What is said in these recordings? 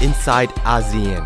inside ASEAN.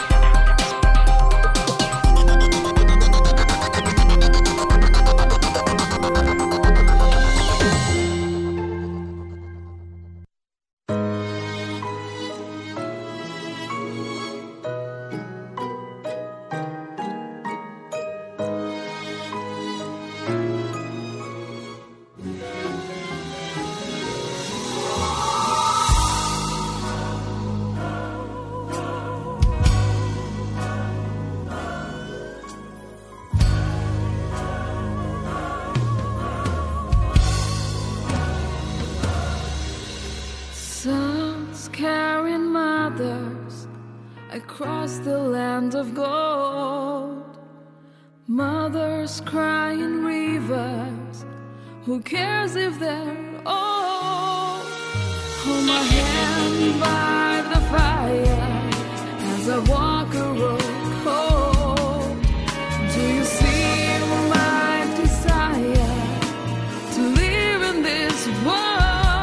Sons carrying mothers across the land of gold. Mothers crying rivers, who cares if they're old? Hold my hand by the fire as I walk a road cold. Do you see my desire to live in this world?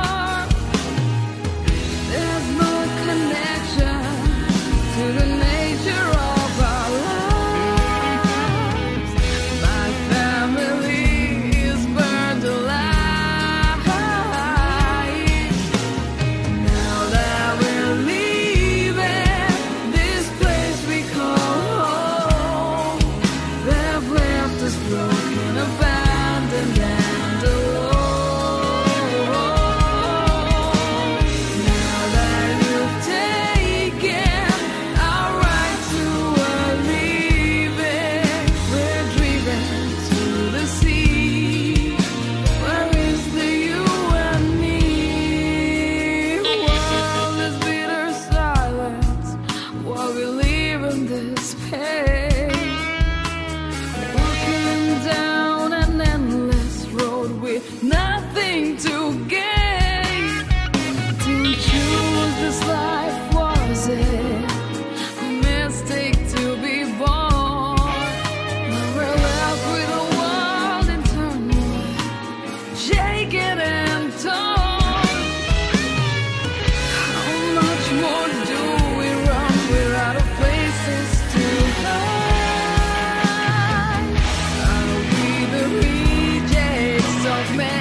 To the nature of our lives, my family is burned alive. Now that we're leaving this place we call home, they've left us broken, abandoned and alone. Now that you've taken nothing to gain. To choose this life, was it a mistake to be born? Now we're left with a world in turmoil, shaken and torn. How much more do we run? We're out of places to hide. Are we the rejects of man?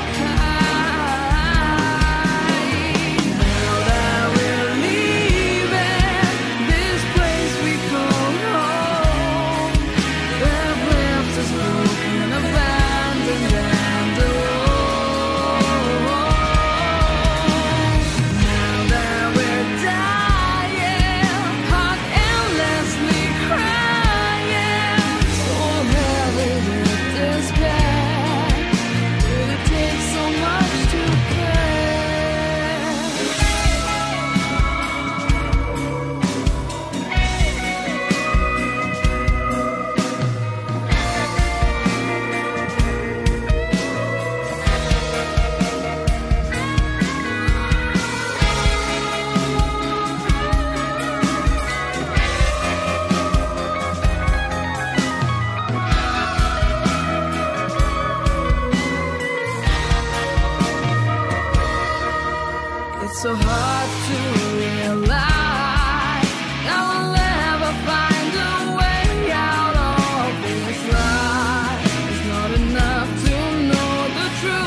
So hard to realize I will never find a way out of this life. It's not enough to know the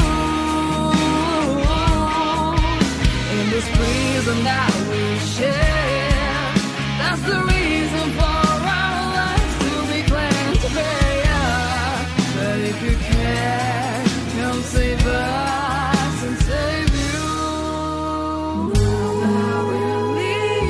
truth. In this prison that we share, that's the reason for our lives to be cleansed. But if you care, come save us and save you. Now that we're leaving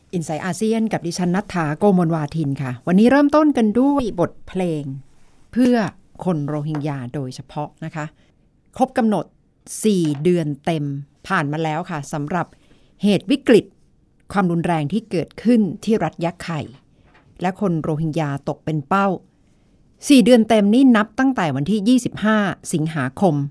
อินไซต์อาเซียนกับดิฉันณัฐฐา โกมลวาทินค่ะวันนี้เริ่มต้นกันด้วยบทเพลงเพื่อคนโรฮิงญาโดยเฉพาะนะคะครบกำหนด4 เดือนเต็มผ่านมาแล้วค่ะสำหรับเหตุวิกฤตความรุนแรงที่เกิดขึ้นที่รัฐยะไข่และคนโรฮิงญาตกเป็นเป้า4 เดือนเต็มนี่นับตั้งแต่วันที่25 สิงหาคม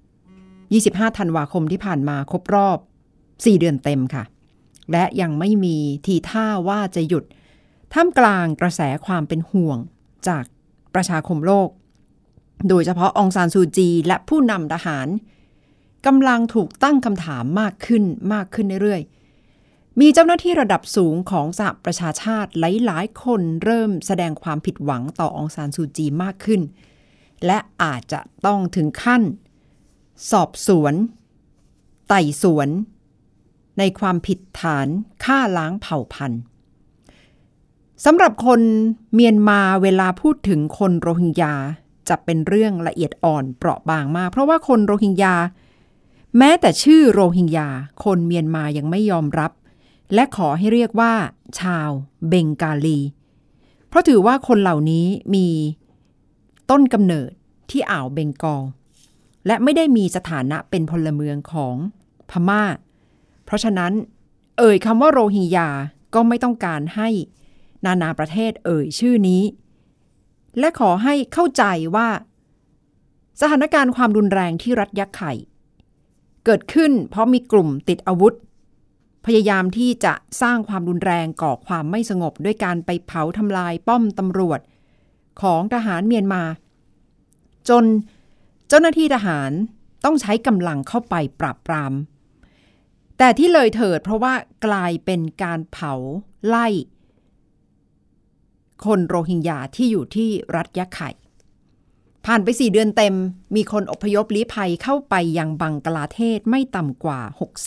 25 ธันวาคมที่ผ่านมาครบรอบ4 เดือนเต็มค่ะและยังไม่มีทีท่าว่าจะหยุดท่ามกลางกระแสความเป็นห่วงจากประชาคมโลกโดยเฉพาะองซานซูจีและผู้นำทหารกำลังถูกตั้งคำถามมากขึ้นเรื่อยๆมีเจ้าหน้าที่ระดับสูงของสหประชาชาติหลายๆคนเริ่มแสดงความผิดหวังต่อองซานซูจีมากขึ้นและอาจจะต้องถึงขั้นสอบสวนไต่สวนในความผิดฐานฆ่าล้างเผ่าพันธุ์สำหรับคนเมียนมาเวลาพูดถึงคนโรฮิงญาจะเป็นเรื่องละเอียดอ่อนเปราะบางมากเพราะว่าคนโรฮิงญาแม้แต่ชื่อโรฮิงญาคนเมียนมายังไม่ยอมรับและขอให้เรียกว่าชาวเบงกาลีเพราะถือว่าคนเหล่านี้มีต้นกำเนิดที่อ่าวเบงกอลและไม่ได้มีสถานะเป็นพลเมืองของพม่าเพราะฉะนั้นคำว่าโรฮิงญาก็ไม่ต้องการให้นานาประเทศชื่อนี้และขอให้เข้าใจว่าสถานการณ์ความรุนแรงที่รัฐยะไข่เกิดขึ้นเพราะมีกลุ่มติดอาวุธพยายามที่จะสร้างความรุนแรงก่อความไม่สงบด้วยการไปเผาทำลายป้อมตำรวจของทหารเมียนมาจนเจ้าหน้าที่ทหารต้องใช้กำลังเข้าไปปราบปรามแต่ที่เลยเถิดเพราะว่ากลายเป็นการเผาไล่คนโรฮิงญาที่อยู่ที่รัฐยะไข่ผ่านไป4 เดือนเต็มมีคนอพยพลี้ภัยเข้าไปยังบังกลาเทศไม่ต่ำกว่า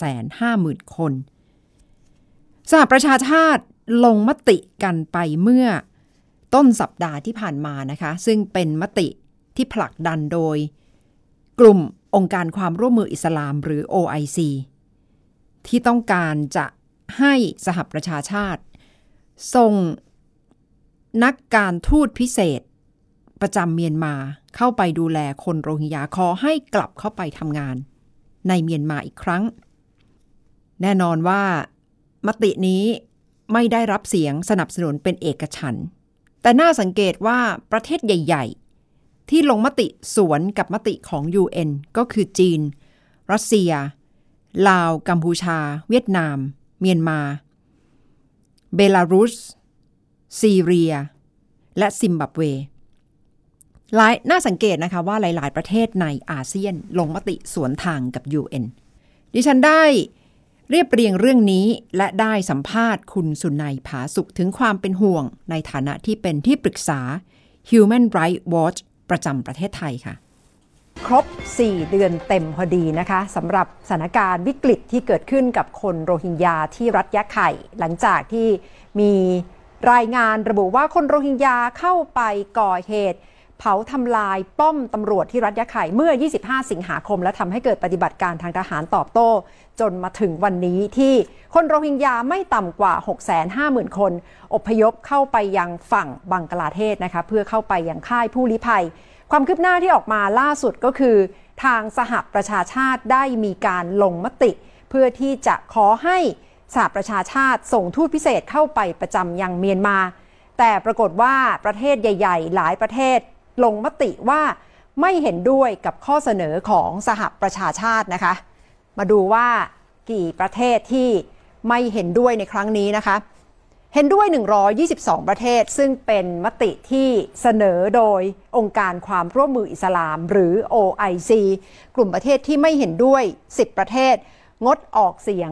650,000 คนสหประชาชาติลงมติกันไปเมื่อต้นสัปดาห์ที่ผ่านมานะคะซึ่งเป็นมติที่ผลักดันโดยกลุ่มองค์การความร่วมมืออิสลามหรือ OIC ที่ต้องการจะให้สหประชาชาติส่งนักการทูตพิเศษประจำเมียนมาเข้าไปดูแลคนโรฮิงญาขอให้กลับเข้าไปทำงานในเมียนมาอีกครั้งแน่นอนว่ามตินี้ไม่ได้รับเสียงสนับสนุนเป็นเอกฉันท์แต่น่าสังเกตว่าประเทศใหญ่ๆที่ลงมติสวนกับมติของ UN ก็คือจีนรัสเซียลาวกัมพูชาเวียดนามเมียนมาเบลารุสซีเรียและซิมบับเวน่าสังเกตนะคะว่าหลายๆประเทศในอาเซียนลงมติสวนทางกับ UN ดิฉันได้เรียบเรียงเรื่องนี้และได้สัมภาษณ์คุณสุนัยผาสุขถึงความเป็นห่วงในฐานะที่เป็นที่ปรึกษา Human Rights Watch ประจำประเทศไทยค่ะครบ4 เดือนเต็มพอดีนะคะสำหรับสถานการณ์วิกฤตที่เกิดขึ้นกับคนโรฮิงญาที่รัฐยะไข่หลังจากที่มีรายงานระบุว่าคนโรฮิงญาเข้าไปก่อเหตุเผาทำลายป้อมตำรวจที่รัฐยะไข่เมื่อ25 สิงหาคมและทำให้เกิดปฏิบัติการทางทหารตอบโต้จนมาถึงวันนี้ที่คนโรฮิงญาไม่ต่ำกว่า 650,000 คนอพยพเข้าไปยังฝั่งบังกลาเทศนะคะเพื่อเข้าไปยังค่ายผู้ลี้ภัยความคืบหน้าที่ออกมาล่าสุดก็คือทางสหประชาชาติได้มีการลงมติเพื่อที่จะขอให้สหประชาชาติส่งทูตพิเศษเข้าไปประจำยังเมียนมาแต่ปรากฏว่าประเทศใหญ่ๆหลายประเทศลงมติว่าไม่เห็นด้วยกับข้อเสนอของสหประชาชาตินะคะมาดูว่ากี่ประเทศที่ไม่เห็นด้วยในครั้งนี้นะคะเห็นด้วย122ประเทศซึ่งเป็นมติที่เสนอโดยองค์การความร่วมมืออิสลามหรือ OIC กลุ่มประเทศที่ไม่เห็นด้วย10ประเทศงดออกเสียง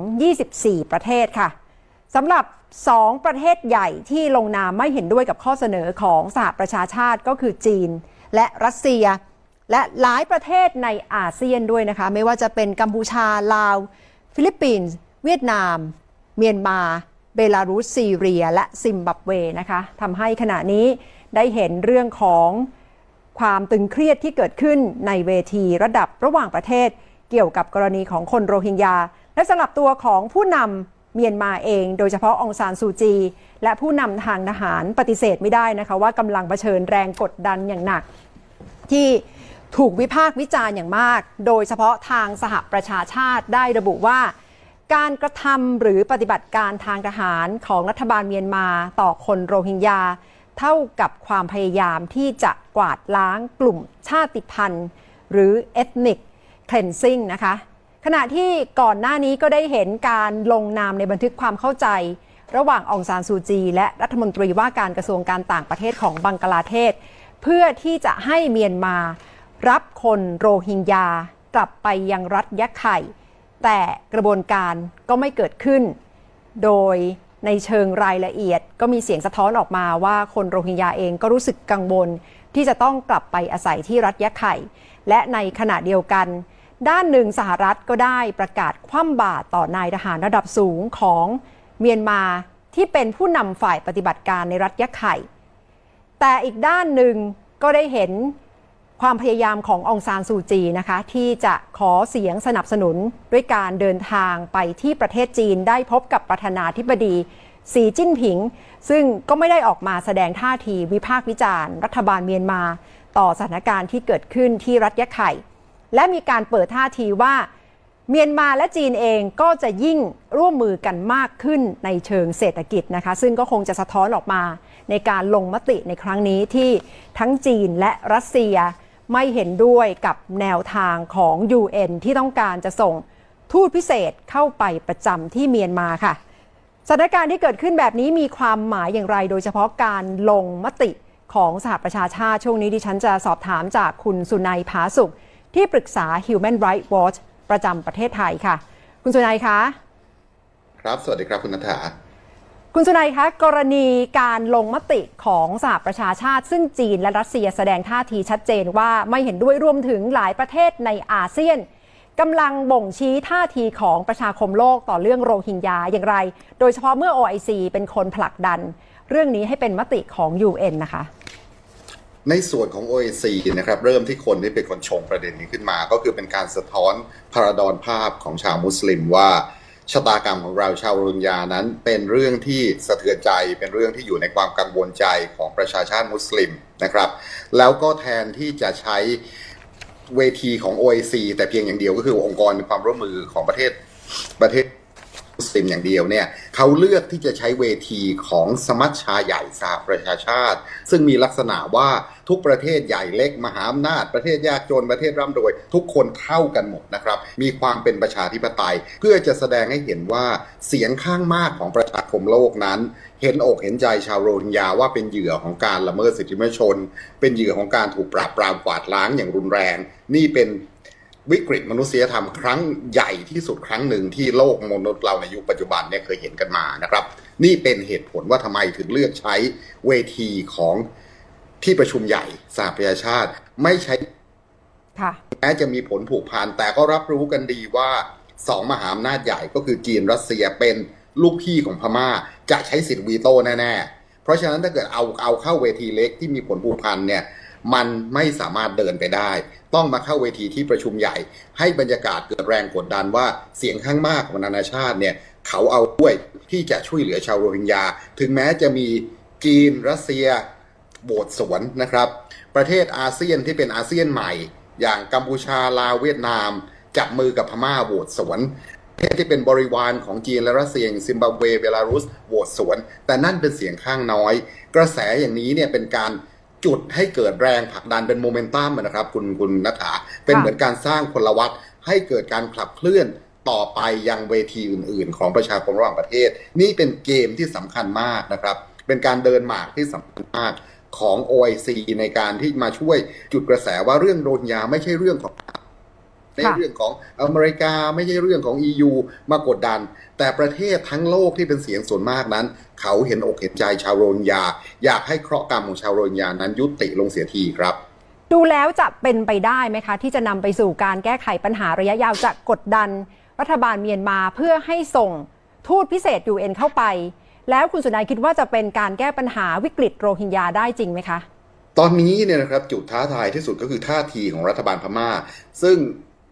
24ประเทศค่ะสำหรับ2ประเทศใหญ่ที่ลงนามไม่เห็นด้วยกับข้อเสนอของสหประชาชาติก็คือจีนและรัสเซียและหลายประเทศในอาเซียนด้วยนะคะไม่ว่าจะเป็นกัมพูชาลาวฟิลิปปินส์เวียดนามเมียนมาเบลารุสซีเรียและซิมบับเวนะคะทำให้ขณะนี้ได้เห็นเรื่องของความตึงเครียดที่เกิดขึ้นในเวทีระดับระหว่างประเทศเกี่ยวกับกรณีของคนโรฮิงญาและสำหรับตัวของผู้นำเมียนมาเองโดยเฉพาะองซานซูจีและผู้นำทางทหารปฏิเสธไม่ได้นะคะว่ากำลังเผชิญแรงกดดันอย่างหนักที่ถูกวิพากษ์วิจารณ์อย่างมากโดยเฉพาะทางสหประชาชาติได้ระบุว่าการกระทำหรือปฏิบัติการทางทหารของรัฐบาลเมียนมาต่อคนโรฮิงญาเท่ากับความพยายามที่จะกวาดล้างกลุ่มชาติพันธุ์หรือ ethnic cleansing นะคะขณะที่ก่อนหน้านี้ก็ได้เห็นการลงนามในบันทึกความเข้าใจระหว่างองซานซูจีและรัฐมนตรีว่าการกระทรวงการต่างประเทศของบังกลาเทศเพื่อที่จะให้เมียนมารับคนโรฮิงญากลับไปยังรัฐยะไข่แต่กระบวนการก็ไม่เกิดขึ้นโดยในเชิงรายละเอียดก็มีเสียงสะท้อนออกมาว่าคนโรฮิงญาเองก็รู้สึกกังวลที่จะต้องกลับไปอาศัยที่รัฐยะไข่และในขณะเดียวกันด้านหนึ่งสหรัฐก็ได้ประกาศคว่ำบาตรต่อนายทหารระดับสูงของเมียนมาที่เป็นผู้นำฝ่ายปฏิบัติการในรัฐยะไข่แต่อีกด้านหนึ่งก็ได้เห็นความพยายามขององซานซูจีนะคะที่จะขอเสียงสนับสนุนด้วยการเดินทางไปที่ประเทศจีนได้พบกับประธานาธิบดีสีจิ้นผิงซึ่งก็ไม่ได้ออกมาแสดงท่าทีวิพากษ์วิจารณ์รัฐบาลเมียนมาต่อสถานการณ์ที่เกิดขึ้นที่รัฐยะไข่และมีการเปิดท่าทีว่าเมียนมาและจีนเองก็จะยิ่งร่วมมือกันมากขึ้นในเชิงเศรษฐกิจนะคะซึ่งก็คงจะสะท้อนออกมาในการลงมติในครั้งนี้ที่ทั้งจีนและรัสเซียไม่เห็นด้วยกับแนวทางของ UN ที่ต้องการจะส่งทูตพิเศษเข้าไปประจำที่เมียนมาค่ะสถานการณ์ที่เกิดขึ้นแบบนี้มีความหมายอย่างไรโดยเฉพาะการลงมติของสหประชาชาติช่วงนี้ดิฉันจะสอบถามจากคุณสุนัยผาสุขที่ปรึกษา Human Rights Watch ประจำประเทศไทยค่ะคุณสุนัยคะครับสวัสดีครับคุณณัฐาคุณสุนัยคะกรณีการลงมติของสหประชาชาติซึ่งจีนและรัสเซียแสดงท่าทีชัดเจนว่าไม่เห็นด้วยรวมถึงหลายประเทศในอาเซียนกำลังบ่งชี้ท่าทีของประชาคมโลกต่อเรื่องโรฮิงญาอย่างไรโดยเฉพาะเมื่อ OIC เป็นคนผลักดันเรื่องนี้ให้เป็นมติของ UN นะคะในส่วนของ OIC นะครับเริ่มที่คนที่เป็นคนชงประเด็นนี้ขึ้นมาก็คือเป็นการสะท้อนพาราดอนภาพของชาวมุสลิมว่าชะตากรรมของเราชาวโรฮิงญานั้นเป็นเรื่องที่สะเทือนใจเป็นเรื่องที่อยู่ในความกังวลใจของประชาชาติมุสลิมนะครับแล้วก็แทนที่จะใช้เวทีของ OIC แต่เพียงอย่างเดียวก็คือองค์กรความร่วมมือของประเทศมุสลิมอย่างเดียวเนี่ยเขาเลือกที่จะใช้เวทีของสมัชชาใหญ่สหประชาชาติซึ่งมีลักษณะว่าทุกประเทศใหญ่เล็กมหาอำนาจประเทศยากจนประเทศร่ำรวยทุกคนเท่ากันหมดนะครับมีความเป็นประชาธิปไตยเพื่อจะแสดงให้เห็นว่าเสียงข้างมากของประชาคมโลกนั้นเห็นอกเห็นใจชาวโรฮิงญาว่าเป็นเหยื่อของการละเมิดสิทธิมนุษยชนเป็นเหยื่อของการถูกปราบปรามกวาดล้างอย่างรุนแรงนี่เป็นวิกฤตมนุษยธรรมครั้งใหญ่ที่สุดครั้งหนึ่งที่โลกมนุษย์เราในยุคปัจจุบันเนี่ยเคยเห็นกันมานะครับนี่เป็นเหตุผลว่าทำไมถึงเลือกใช้เวทีของที่ประชุมใหญ่สหประชาชาติไม่ใช้แม้จะมีผลผูกพันแต่ก็รับรู้กันดีว่าสองมหาอำนาจใหญ่ก็คือจีนรัสเซียเป็นลูกพี่ของพม่าจะใช้สิทธิ์วีโต้แน่ๆเพราะฉะนั้นถ้าเกิดเอาเข้าเวทีเล็กที่มีผลผูกพันเนี่ยมันไม่สามารถเดินไปได้ต้องมาเข้าเวทีที่ประชุมใหญ่ให้บรรยากาศเกิดแรงกดดันว่าเสียงข้างมากของนานาชาติเนี่ยเขาเอาด้วยที่จะช่วยเหลือชาวโรฮิงญาถึงแม้จะมีจีนรัสเซียโหวตสวนนะครับประเทศอาเซียนที่เป็นอาเซียนใหม่อย่างกัมพูชาลาวเวียดนามจับมือกับพม่าโหวตสวนประเทศที่เป็นบริวารของจีนและรัสเซียซิมบับเวเบลารุสโหวตสวนแต่นั่นเป็นเสียงข้างน้อยกระแสอย่างนี้เนี่ยเป็นการจุดให้เกิดแรงผลักดันเป็นโมเมนตัมนะครับคุณณัฐาเป็นเหมือนการสร้างพลวัตให้เกิดการขับเคลื่อนต่อไปยังเวทีอื่นๆของประชาคมระหว่างประเทศนี่เป็นเกมที่สำคัญมากนะครับเป็นการเดินหมากที่สำคัญมากของ OIC ในการที่มาช่วยจุดกระแสว่าเรื่องโรฮิงญาไม่ใช่เรื่องของไม่ใช่เรื่องของอเมริกาไม่ใช่เรื่องของ EU มากดดันแต่ประเทศทั้งโลกที่เป็นเสียงส่วนมากนั้นเขาเห็นอกเห็นใจชาวโรฮิงญาอยากให้เคราะห์กรรมของชาวโรฮิงญานั้นยุติลงเสียทีครับดูแล้วจะเป็นไปได้ไหมคะที่จะนำไปสู่การแก้ไขปัญหาระยะยาวจะกดดันรัฐบาลเมียนมาเพื่อให้ส่งทูตพิเศษ UN เข้าไปแล้วคุณสุนัยคิดว่าจะเป็นการแก้ปัญหาวิกฤตโรฮิงญาได้จริงไหมคะตอนนี้เนี่ยนะครับจุดท้าทายที่สุดก็คือท่าทีของรัฐบาลพม่าซึ่ง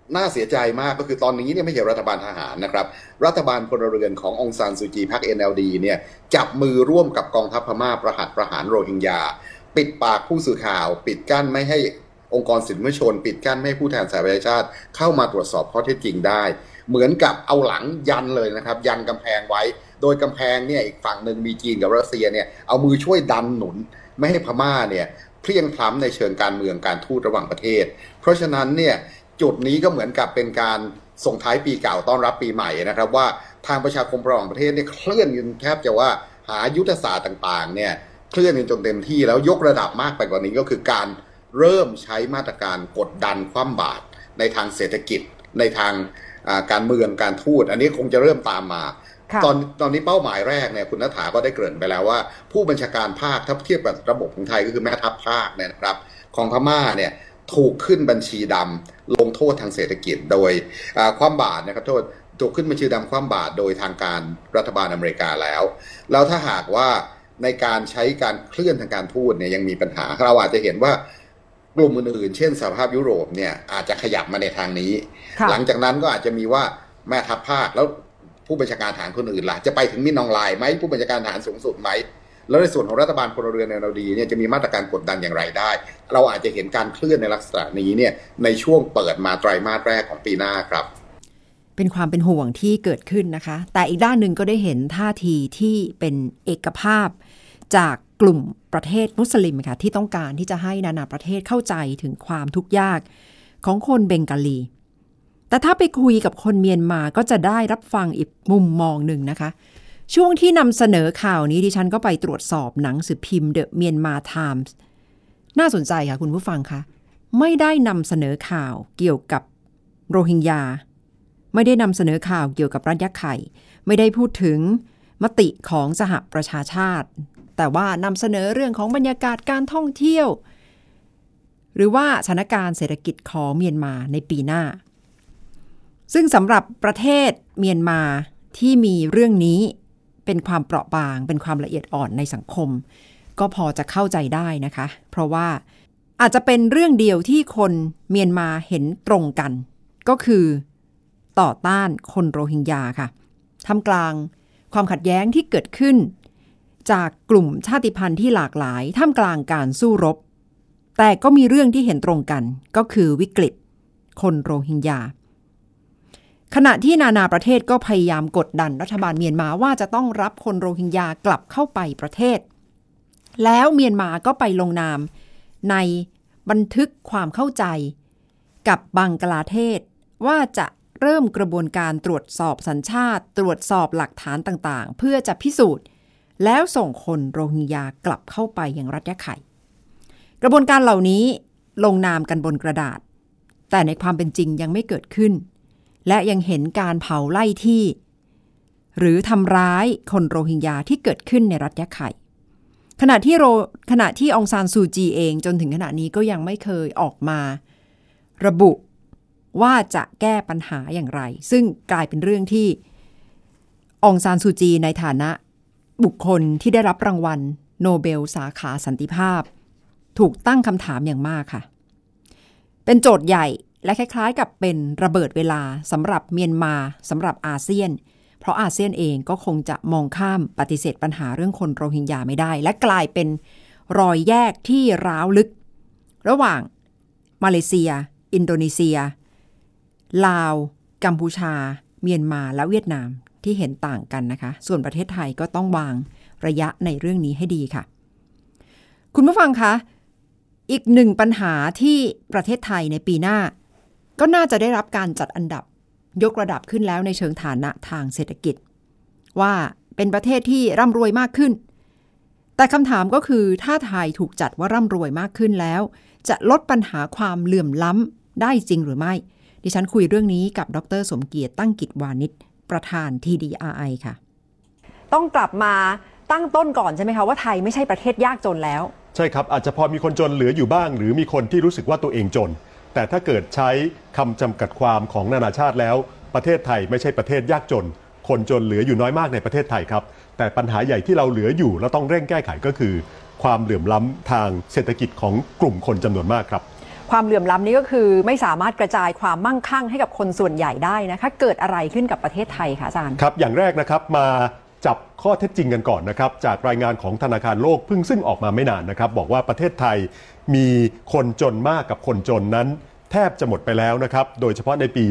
น่าเสียใจมากก็คือตอนนี้เนี่ยไม่ใช่รัฐบาลทหารนะครับรัฐบาลพลเรือนขององซานซูจีพรรค NLD เนี่ยจับมือร่วมกับกองทัพพม่าประหารโรฮิงญาปิดปากผู้สื่อข่าวปิดกั้นไม่ให้องค์กรสิทธิมนุษยชนปิดกั้นไม่ให้ผู้แทนสาธารณชาติเข้ามาตรวจสอบข้อเท็จจริงได้เหมือนกับเอาหลังยันเลยนะครับยันกำแพงไว้โดยกำแพงเนี่ยอีกฝั่งหนึ่งมีจีนกับรัสเซียเนี่ยเอามือช่วยดันหนุนไม่ให้พม่าเนี่ยเพลียงพล้ำในเชิงการเมืองการทูตระหว่างประเทศเพราะฉะนั้นเนี่ยจุดนี้ก็เหมือนกับเป็นการส่งท้ายปีเก่าต้อนรับปีใหม่นะครับว่าทางประชาคมระหว่างประเทศเนี่ยเคลื่อนกันแทบจะว่าหายุทธศาสตร์ต่างๆเนี่ยเคลื่อนกันจนเต็มที่แล้วยกระดับมากไปกว่านี้ก็คือการเริ่มใช้มาตรการกดดันคว่ำบาตรในทางเศรษฐกิจในทางการเมืองการทูตอันนี้คงจะเริ่มตามมาตอนนี้เป้าหมายแรกเนี่ยคุณณฐาก็ได้เกริ่นไปแล้วว่าผู้บัญชาการภาคถ้าเทียบกับระบบของไทยก็คือแม่ทัพภาคเนี่ยนะครับของพม่าเนี่ยถูกขึ้นบัญชีดำลงโทษทางเศรษฐกิจโดยคว่ำบาตรนะครับโทษถูกขึ้นบัญชีดำคว่ำบาตรโดยทางการรัฐบาลอเมริกาแล้วถ้าหากว่าในการใช้การเคลื่อนทางการทูตเนี่ยยังมีปัญหาเราอาจจะเห็นว่ากลุ่มอื่นๆเช่นสหภาพยุโรปเนี่ยอาจจะขยับมาในทางนี้หลังจากนั้นก็อาจจะมีว่าแม่ทัพภาคแล้วผู้บัญชาการทหารคนอื่นล่ะจะไปถึงมินอองไลน์ไหมผู้บัญชาการทหารสูงสุดไหมแล้วในส่วนของรัฐบาลพลเรือนในเราดีเนี่ยจะมีมาตรการกดดันอย่างไรได้เราอาจจะเห็นการเคลื่อนในลักษณะนี้เนี่ยในช่วงเปิดมาไตรมาสแรกของปีหน้าครับเป็นความเป็นห่วงที่เกิดขึ้นนะคะแต่อีกด้านหนึ่งก็ได้เห็นท่าทีที่เป็นเอกภาพจากกลุ่มประเทศมุสลิมค่ะที่ต้องการที่จะให้นานาประเทศเข้าใจถึงความทุกข์ยากของคนเบงกาลีแต่ถ้าไปคุยกับคนเมียนมาก็จะได้รับฟังอีกมุมมองหนึ่งนะคะช่วงที่นำเสนอข่าวนี้ดิฉันก็ไปตรวจสอบหนังสือพิมพ์ The Myanmar Times น่าสนใจค่ะคุณผู้ฟังคะไม่ได้นำเสนอข่าวเกี่ยวกับโรฮิงญาไม่ได้นำเสนอข่าวเกี่ยวกับรัฐยะไข่ไม่ได้พูดถึงมติของสหประชาชาติแต่ว่านำเสนอเรื่องของบรรยากาศการท่องเที่ยวหรือว่าสถานการณ์เศรษฐกิจของเมียนมาในปีหน้าซึ่งสำหรับประเทศเมียนมาที่มีเรื่องนี้เป็นความเปราะบางเป็นความละเอียดอ่อนในสังคมก็พอจะเข้าใจได้นะคะเพราะว่าอาจจะเป็นเรื่องเดียวที่คนเมียนมาเห็นตรงกันก็คือต่อต้านคนโรฮิงญาค่ะท่ามกลางความขัดแย้งที่เกิดขึ้นจากกลุ่มชาติพันธุ์ที่หลากหลายท่ามกลางการสู้รบแต่ก็มีเรื่องที่เห็นตรงกันก็คือวิกฤตคนโรฮิงญาขณะที่นานาประเทศก็พยายามกดดันรัฐบาลเมียนมาว่าจะต้องรับคนโรฮิงญากลับเข้าไปประเทศแล้วเมียนมาก็ไปลงนามในบันทึกความเข้าใจกับบังกลาเทศว่าจะเริ่มกระบวนการตรวจสอบสัญชาติตรวจสอบหลักฐานต่างๆเพื่อจะพิสูจน์แล้วส่งคนโรฮิงญากลับเข้าไปยังรัฐยะไข่กระบวนการเหล่านี้ลงนามกันบนกระดาษแต่ในความเป็นจริงยังไม่เกิดขึ้นและยังเห็นการเผาไล่ที่หรือทำร้ายคนโรฮิงญาที่เกิดขึ้นในรัฐยะไข่ขณะที่องซานซูจีเองจนถึงขณะนี้ก็ยังไม่เคยออกมาระบุว่าจะแก้ปัญหาอย่างไรซึ่งกลายเป็นเรื่องที่องซานซูจีในฐานะบุคคลที่ได้รับรางวัลโนเบลสาขาสันติภาพถูกตั้งคำถามอย่างมากค่ะเป็นโจทย์ใหญ่และคล้ายๆกับเป็นระเบิดเวลาสำหรับเมียนมาสำหรับอาเซียนเพราะอาเซียนเองก็คงจะมองข้ามปฏิเสธปัญหาเรื่องคนโรฮิงญาไม่ได้และกลายเป็นรอยแยกที่ร้าวลึกระหว่างมาเลเซียอินโดนีเซียลาวกัมพูชาเมียนมาและเวียดนามที่เห็นต่างกันนะคะส่วนประเทศไทยก็ต้องวางระยะในเรื่องนี้ให้ดีค่ะคุณผู้ฟังคะอีกหนึ่งปัญหาที่ประเทศไทยในปีหน้าก็น่าจะได้รับการจัดอันดับยกระดับขึ้นแล้วในเชิงฐานะทางเศรษฐกิจว่าเป็นประเทศที่ร่ำรวยมากขึ้นแต่คำถามก็คือถ้าไทยถูกจัดว่าร่ำรวยมากขึ้นแล้วจะลดปัญหาความเหลื่อมล้ำได้จริงหรือไม่ดิฉันคุยเรื่องนี้กับดร.สมเกียรติตั้งกิจวานิชประธาน TDRI ค่ะต้องกลับมาตั้งต้นก่อนใช่ไหมคะว่าไทยไม่ใช่ประเทศยากจนแล้วใช่ครับอาจจะพอมีคนจนเหลืออยู่บ้างหรือมีคนที่รู้สึกว่าตัวเองจนแต่ถ้าเกิดใช้คำจำกัดความของนานาชาติแล้วประเทศไทยไม่ใช่ประเทศยากจนคนจนเหลืออยู่น้อยมากในประเทศไทยครับแต่ปัญหาใหญ่ที่เราเหลืออยู่และต้องเร่งแก้ไขก็คือความเหลื่อมล้ำทางเศรษฐกิจของกลุ่มคนจำนวนมากครับความเหลื่อมล้ำนี้ก็คือไม่สามารถกระจายความมั่งคั่งให้กับคนส่วนใหญ่ได้นะคะเกิดอะไรขึ้นกับประเทศไทยคะอาจารย์ครับอย่างแรกนะครับมาจับข้อเท็จจริงกันก่อนนะครับจากรายงานของธนาคารโลกซึ่งออกมาไม่นานนะครับบอกว่าประเทศไทยมีคนจนมากกับคนจนนั้นแทบจะหมดไปแล้วนะครับโดยเฉพาะในปี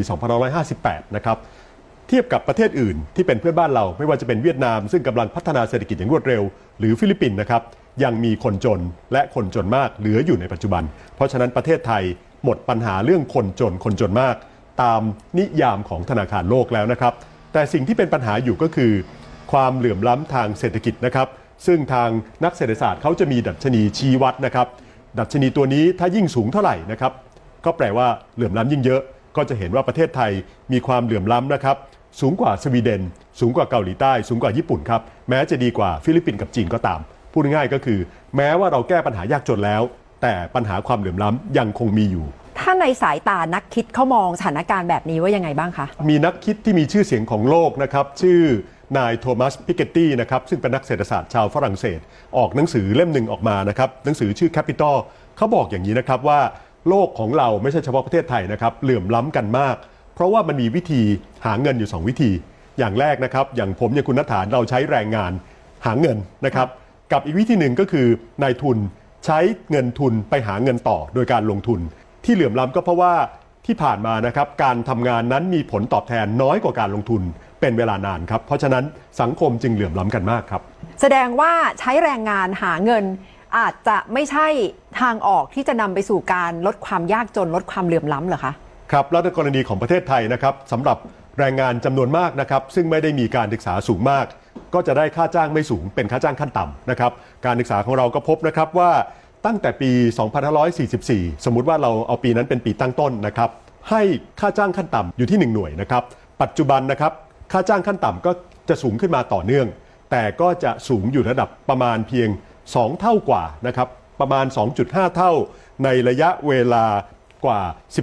2558 นะครับเทียบกับประเทศอื่นที่เป็นเพื่อนบ้านเราไม่ว่าจะเป็นเวียดนามซึ่งกำลังพัฒนาเศรษฐกิจอย่างรวดเร็วหรือฟิลิปปินส์นะครับยังมีคนจนและคนจนมากเหลืออยู่ในปัจจุบันเพราะฉะนั้นประเทศไทยหมดปัญหาเรื่องคนจนมากตามนิยามของธนาคารโลกแล้วนะครับแต่สิ่งที่เป็นปัญหาอยู่ก็คือความเหลื่อมล้ำทางเศรษฐกิจนะครับซึ่งทางนักเศรษฐศาสตร์เขาจะมีดัชนีชี้วัดนะครับดัชนีตัวนี้ถ้ายิ่งสูงเท่าไหร่นะครับก็แปลว่าเหลื่อมล้ำยิ่งเยอะก็จะเห็นว่าประเทศไทยมีความเหลื่อมล้ำนะครับสูงกว่าสวีเดนสูงกว่าเกาหลีใต้สูงกว่าญี่ปุ่นครับแม้จะดีกว่าฟิลิปปินส์กับจีนก็ตามพูดง่ายๆก็คือแม้ว่าเราแก้ปัญหายากจนแล้วแต่ปัญหาความเหลื่อมล้ำยังคงมีอยู่ถ้าในสายตานักคิดเขามองสถานการณ์แบบนี้ว่ายังไงบ้างคะมีนักคิดที่มีชื่อเสียงของโลกนะครับชื่อนายโทมัสพิเกตตี้นะครับซึ่งเป็นนักเศรษฐศาสตร์ชาวฝรั่งเศสออกหนังสือเล่มหนึ่งออกมานะครับหนังสือชื่อ Capital เขาบอกอย่างนี้นะครับว่าโลกของเราไม่ใช่เฉพาะประเทศไทยนะครับเหลื่อมล้ำกันมากเพราะว่ามันมีวิธีหาเงินอยู่2วิธีอย่างแรกนะครับอย่างผมอย่างคุณณฐานเราใช้แรงงานหาเงินนะครับกับอีกวิธีหนึ่งก็คือนายทุนใช้เงินทุนไปหาเงินต่อโดยการลงทุนที่เหลื่อมล้ำก็เพราะว่าที่ผ่านมานะครับการทำงานนั้นมีผลตอบแทนน้อยกว่าการลงทุนเป็นเวลานานครับเพราะฉะนั้นสังคมจึงเหลื่อมล้ำกันมากครับแสดงว่าใช้แรงงานหาเงินอาจจะไม่ใช่ทางออกที่จะนำไปสู่การลดความยากจนลดความเหลื่อมล้ำเหรอคะครับแล้วในกรณีของประเทศไทยนะครับสำหรับแรงงานจำนวนมากนะครับซึ่งไม่ได้มีการศึกษาสูงมากก็จะได้ค่าจ้างไม่สูงเป็นค่าจ้างขั้นต่ำนะครับการศึกษาของเราก็พบนะครับว่าตั้งแต่ปี 2544 สมมุติว่าเราเอาปีนั้นเป็นปีตั้งต้นนะครับให้ค่าจ้างขั้นต่ำอยู่ที่1หน่วยนะครับปัจจุบันนะครับค่าจ้างขั้นต่ำก็จะสูงขึ้นมาต่อเนื่องแต่ก็จะสูงอยู่ระดับประมาณเพียง2เท่ากว่านะครับประมาณ 2.5 เท่าในระยะเวลากว่า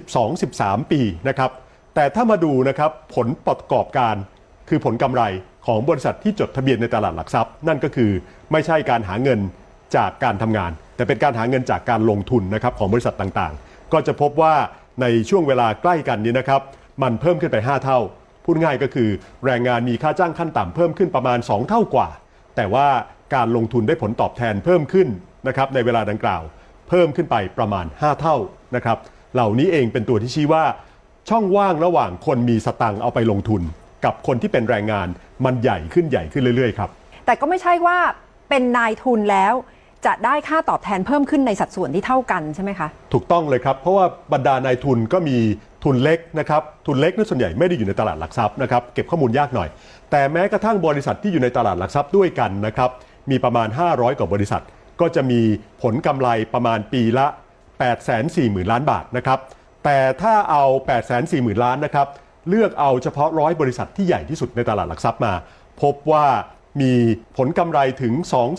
12-13 ปีนะครับแต่ถ้ามาดูนะครับผลประกอบการคือผลกำไรของบริษัทที่จดทะเบียนในตลาดหลักทรัพย์นั่นก็คือไม่ใช่การหาเงินจากการทำงานแต่เป็นการหาเงินจากการลงทุนนะครับของบริษัทต่างๆก็จะพบว่าในช่วงเวลาใกล้กันนี้นะครับมันเพิ่มขึ้นไป5เท่าพูดง่ายก็คือแรงงานมีค่าจ้างขั้นต่ำเพิ่มขึ้นประมาณ2เท่ากว่าแต่ว่าการลงทุนได้ผลตอบแทนเพิ่มขึ้นนะครับในเวลาดังกล่าวเพิ่มขึ้นไปประมาณ5เท่านะครับเหล่านี้เองเป็นตัวที่ชี้ว่าช่องว่างระหว่างคนมีสตังค์เอาไปลงทุนกับคนที่เป็นแรงงานมันใหญ่ขึ้นเรื่อยๆครับแต่ก็ไม่ใช่ว่าเป็นนายทุนแล้วจะได้ค่าตอบแทนเพิ่มขึ้นในสัดส่วนที่เท่ากันใช่ไหมคะถูกต้องเลยครับเพราะว่าบรรดานายทุนก็มีทุนเล็กนะครับทุนเล็กนั้นส่วนใหญ่ไม่ได้อยู่ในตลาดหลักทรัพย์นะครับเก็บข้อมูลยากหน่อยแต่แม้กระทั่งบริษัทที่อยู่ในตลาดหลักทรัพย์ด้วยกันนะครับมีประมาณ500กว่าบริษัทก็จะมีผลกำไรประมาณปีละ 840,000 ล้านบาทนะครับแต่ถ้าเอา 840,000 ล้านนะครับเลือกเอาเฉพาะ100บริษัทที่ใหญ่ที่สุดในตลาดหลักทรัพย์มาพบว่ามีผลกำไรถึง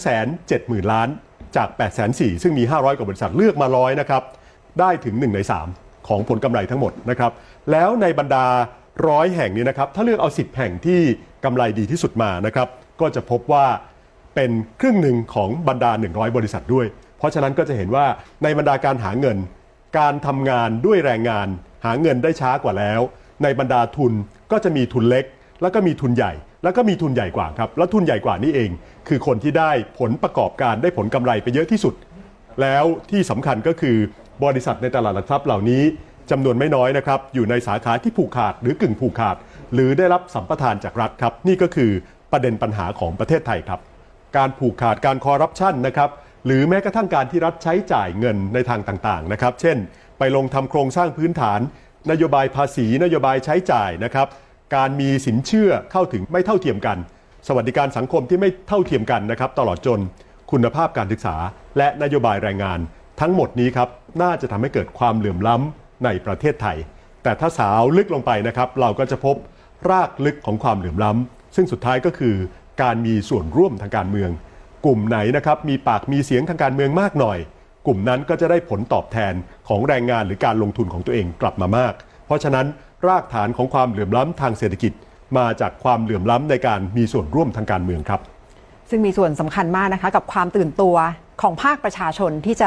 270,000 ล้านจาก 840,000 ซึ่งมี500กว่าบริษัทเลือกมา100นะครับได้ถึง1ใน3ของผลกำไรทั้งหมดนะครับแล้วในบรรดา100แห่งนี้นะครับถ้าเลือกเอา10แห่งที่กำไรดีที่สุดมานะครับก็จะพบว่าเป็นครึ่งหนึ่งของบรรดา100บริษัทด้วยเพราะฉะนั้นก็จะเห็นว่าในบรรดาการหาเงินการทำงานด้วยแรงงานหาเงินได้ช้ากว่าแล้วในบรรดาทุนก็จะมีทุนเล็กแล้วก็มีทุนใหญ่แล้วก็มีทุนใหญ่กว่าครับแล้วทุนใหญ่กว่านี่เองคือคนที่ได้ผลประกอบการได้ผลกำไรไปเยอะที่สุดแล้วที่สำคัญก็คือบริษัทในตลาดหลักทรัพย์เหล่านี้จำนวนไม่น้อยนะครับอยู่ในสาขาที่ผูกขาดหรือกึ่งผูกขาดหรือได้รับสัมปทานจากรัฐครับนี่ก็คือประเด็นปัญหาของประเทศไทยครับการผูกขาดการคอร์รัปชันนะครับหรือแม้กระทั่งการที่รัฐใช้จ่ายเงินในทางต่างๆนะครับเช่นไปลงทำโครงสร้างพื้นฐานนโยบายภาษีนโยบายใช้จ่ายนะครับการมีสินเชื่อเข้าถึงไม่เท่าเทียมกันสวัสดิการสังคมที่ไม่เท่าเทียมกันนะครับตลอดจนคุณภาพการศึกษาและนโยบายแรงงานทั้งหมดนี้ครับน่าจะทำให้เกิดความเหลื่อมล้ำในประเทศไทยแต่ถ้าสาวลึกลงไปนะครับเราก็จะพบรากลึกของความเหลื่อมล้ำซึ่งสุดท้ายก็คือการมีส่วนร่วมทางการเมืองกลุ่มไหนนะครับมีปากมีเสียงทางการเมืองมากหน่อยกลุ่มนั้นก็จะได้ผลตอบแทนของแรงงานหรือการลงทุนของตัวเองกลับมามากเพราะฉะนั้นรากฐานของความเหลื่อมล้ำทางเศรษฐกิจมาจากความเหลื่อมล้ำในการมีส่วนร่วมทางการเมืองครับซึ่งมีส่วนสำคัญมากนะคะกับความตื่นตัวของภาคประชาชนที่จะ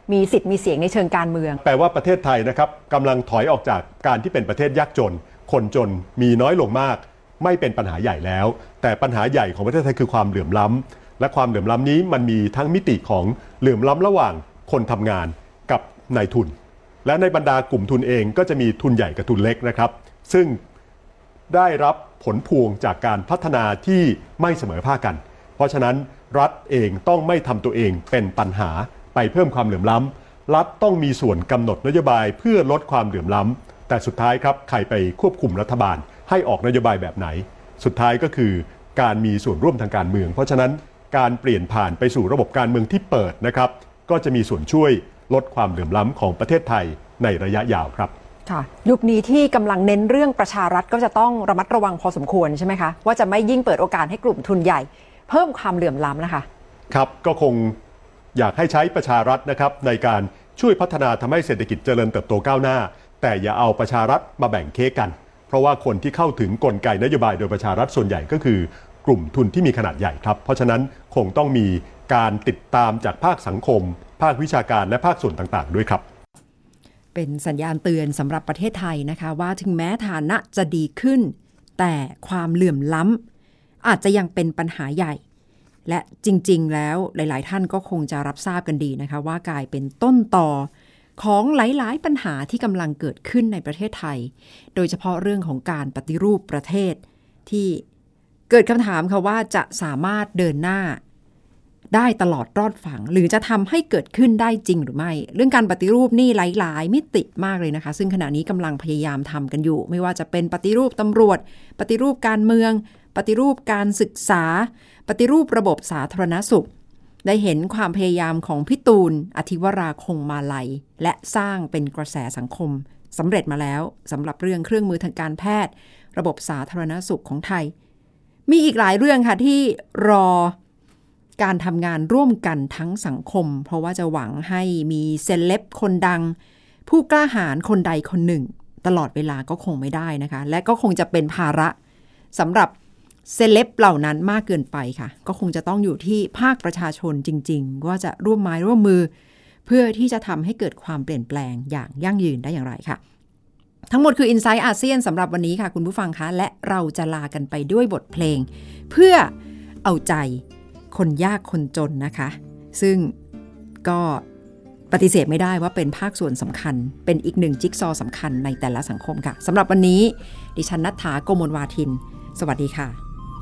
มีสิทธิ์มีเสียงในเชิงการเมืองแปลว่าประเทศไทยนะครับกำลังถอยออกจากการที่เป็นประเทศยากจนคนจนมีน้อยลงมากไม่เป็นปัญหาใหญ่แล้วแต่ปัญหาใหญ่ของประเทศไทยคือความเหลื่อมล้ำและความเหลื่อมล้ำนี้มันมีทั้งมิติของเหลื่อมล้ำระหว่างคนทำงานกับนายทุนและในบรรดากลุ่มทุนเองก็จะมีทุนใหญ่กับทุนเล็กนะครับซึ่งได้รับผลพวงจากการพัฒนาที่ไม่เสมอภาคกันเพราะฉะนั้นรัฐเองต้องไม่ทำตัวเองเป็นปัญหาไปเพิ่มความเหลื่อมล้ำรัฐต้องมีส่วนกำหนดนโยบายเพื่อลดความเหลื่อมล้ำแต่สุดท้ายครับใครไปควบคุมรัฐบาลให้ออกนโยบายแบบไหนสุดท้ายก็คือการมีส่วนร่วมทางการเมืองเพราะฉะนั้นการเปลี่ยนผ่านไปสู่ระบบการเมืองที่เปิดนะครับก็จะมีส่วนช่วยลดความเหลื่อมล้ำของประเทศไทยในระยะยาวครับค่ะยุคนี้ที่กำลังเน้นเรื่องประชารัฐก็จะต้องระมัดระวังพอสมควรใช่ไหมคะว่าจะไม่ยิ่งเปิดโอกาสให้กลุ่มทุนใหญ่เพิ่มความเหลื่อมล้ำนะคะครับก็คงอยากให้ใช้ประชารัฐนะครับในการช่วยพัฒนาทำให้เศรษฐกิจเจริญเติบโตก้าวหน้าแต่อย่าเอาประชารัฐมาแบ่งเค้กกันเพราะว่าคนที่เข้าถึงกลไกนโยบายโดยประชารัฐส่วนใหญ่ก็คือกลุ่มทุนที่มีขนาดใหญ่ครับเพราะฉะนั้นคงต้องมีการติดตามจากภาคสังคมภาควิชาการและภาคส่วนต่างๆด้วยครับเป็นสัญญาณเตือนสำหรับประเทศไทยนะคะว่าถึงแม้ฐานะจะดีขึ้นแต่ความเหลื่อมล้ำอาจจะยังเป็นปัญหาใหญ่และจริงๆแล้วหลายๆท่านก็คงจะรับทราบกันดีนะคะว่ากลายเป็นต้นตอของหลายๆปัญหาที่กำลังเกิดขึ้นในประเทศไทยโดยเฉพาะเรื่องของการปฏิรูปประเทศที่เกิดคำถามค่ะว่าจะสามารถเดินหน้าได้ตลอดรอดฝั่งหรือจะทำให้เกิดขึ้นได้จริงหรือไม่เรื่องการปฏิรูปนี่หลายๆมิติมากเลยนะคะซึ่งขณะนี้กำลังพยายามทำกันอยู่ไม่ว่าจะเป็นปฏิรูปตำรวจปฏิรูปการเมืองปฏิรูปการศึกษาปฏิรูประบบสาธารณสุขได้เห็นความพยายามของพี่ตูนอธิวราคงมาลัยและสร้างเป็นกระแสสังคมสำเร็จมาแล้วสำหรับเรื่องเครื่องมือทางการแพทย์ระบบสาธารณสุขของไทยมีอีกหลายเรื่องค่ะที่รอการทำงานร่วมกันทั้งสังคมเพราะว่าจะหวังให้มีเซเลบคนดังผู้กล้าหาญคนใดคนหนึ่งตลอดเวลาก็คงไม่ได้นะคะและก็คงจะเป็นภาระสำหรับเซเลบเหล่านั้นมากเกินไปค่ะก็คงจะต้องอยู่ที่ภาคประชาชนจริงๆว่าจะร่วมไม้ร่วมมือเพื่อที่จะทำให้เกิดความเปลี่ยนแปลงอย่างยั่งยืนได้อย่างไรค่ะทั้งหมดคือ Insight อาเซียนสำหรับวันนี้ค่ะคุณผู้ฟังคะและเราจะลากันไปด้วยบทเพลงเพื่อเอาใจคนยากคนจนนะคะซึ่งก็ปฏิเสธไม่ได้ว่าเป็นภาคส่วนสำคัญเป็นอีกหนึ่งจิ๊กซอว์สำคัญในแต่ละสังคมค่ะสำหรับวันนี้ดิฉันณัฐฐา โกมลวาทินสวัสดีค่ะ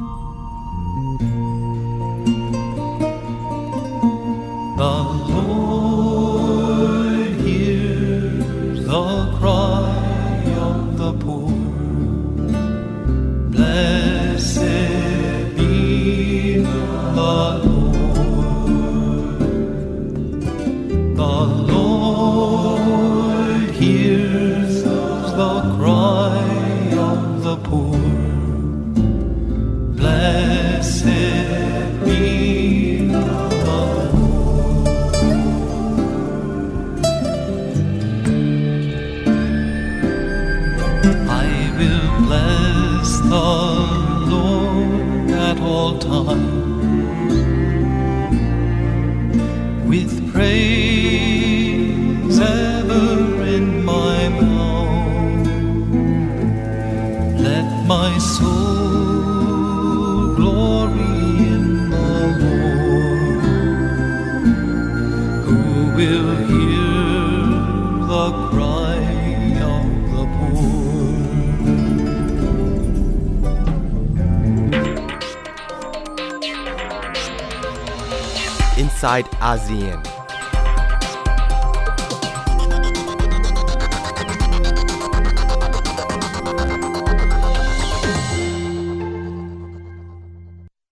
The Lord hears the cry of the poor. Blessed be the Lord. The Lord hears the cry of the poor. Blessed be the Lord. I will bless the Lord at all times, with praise ever in my mouth. Let my soul glory in the Lord, who will hear the cry of the poor. Inside ASEAN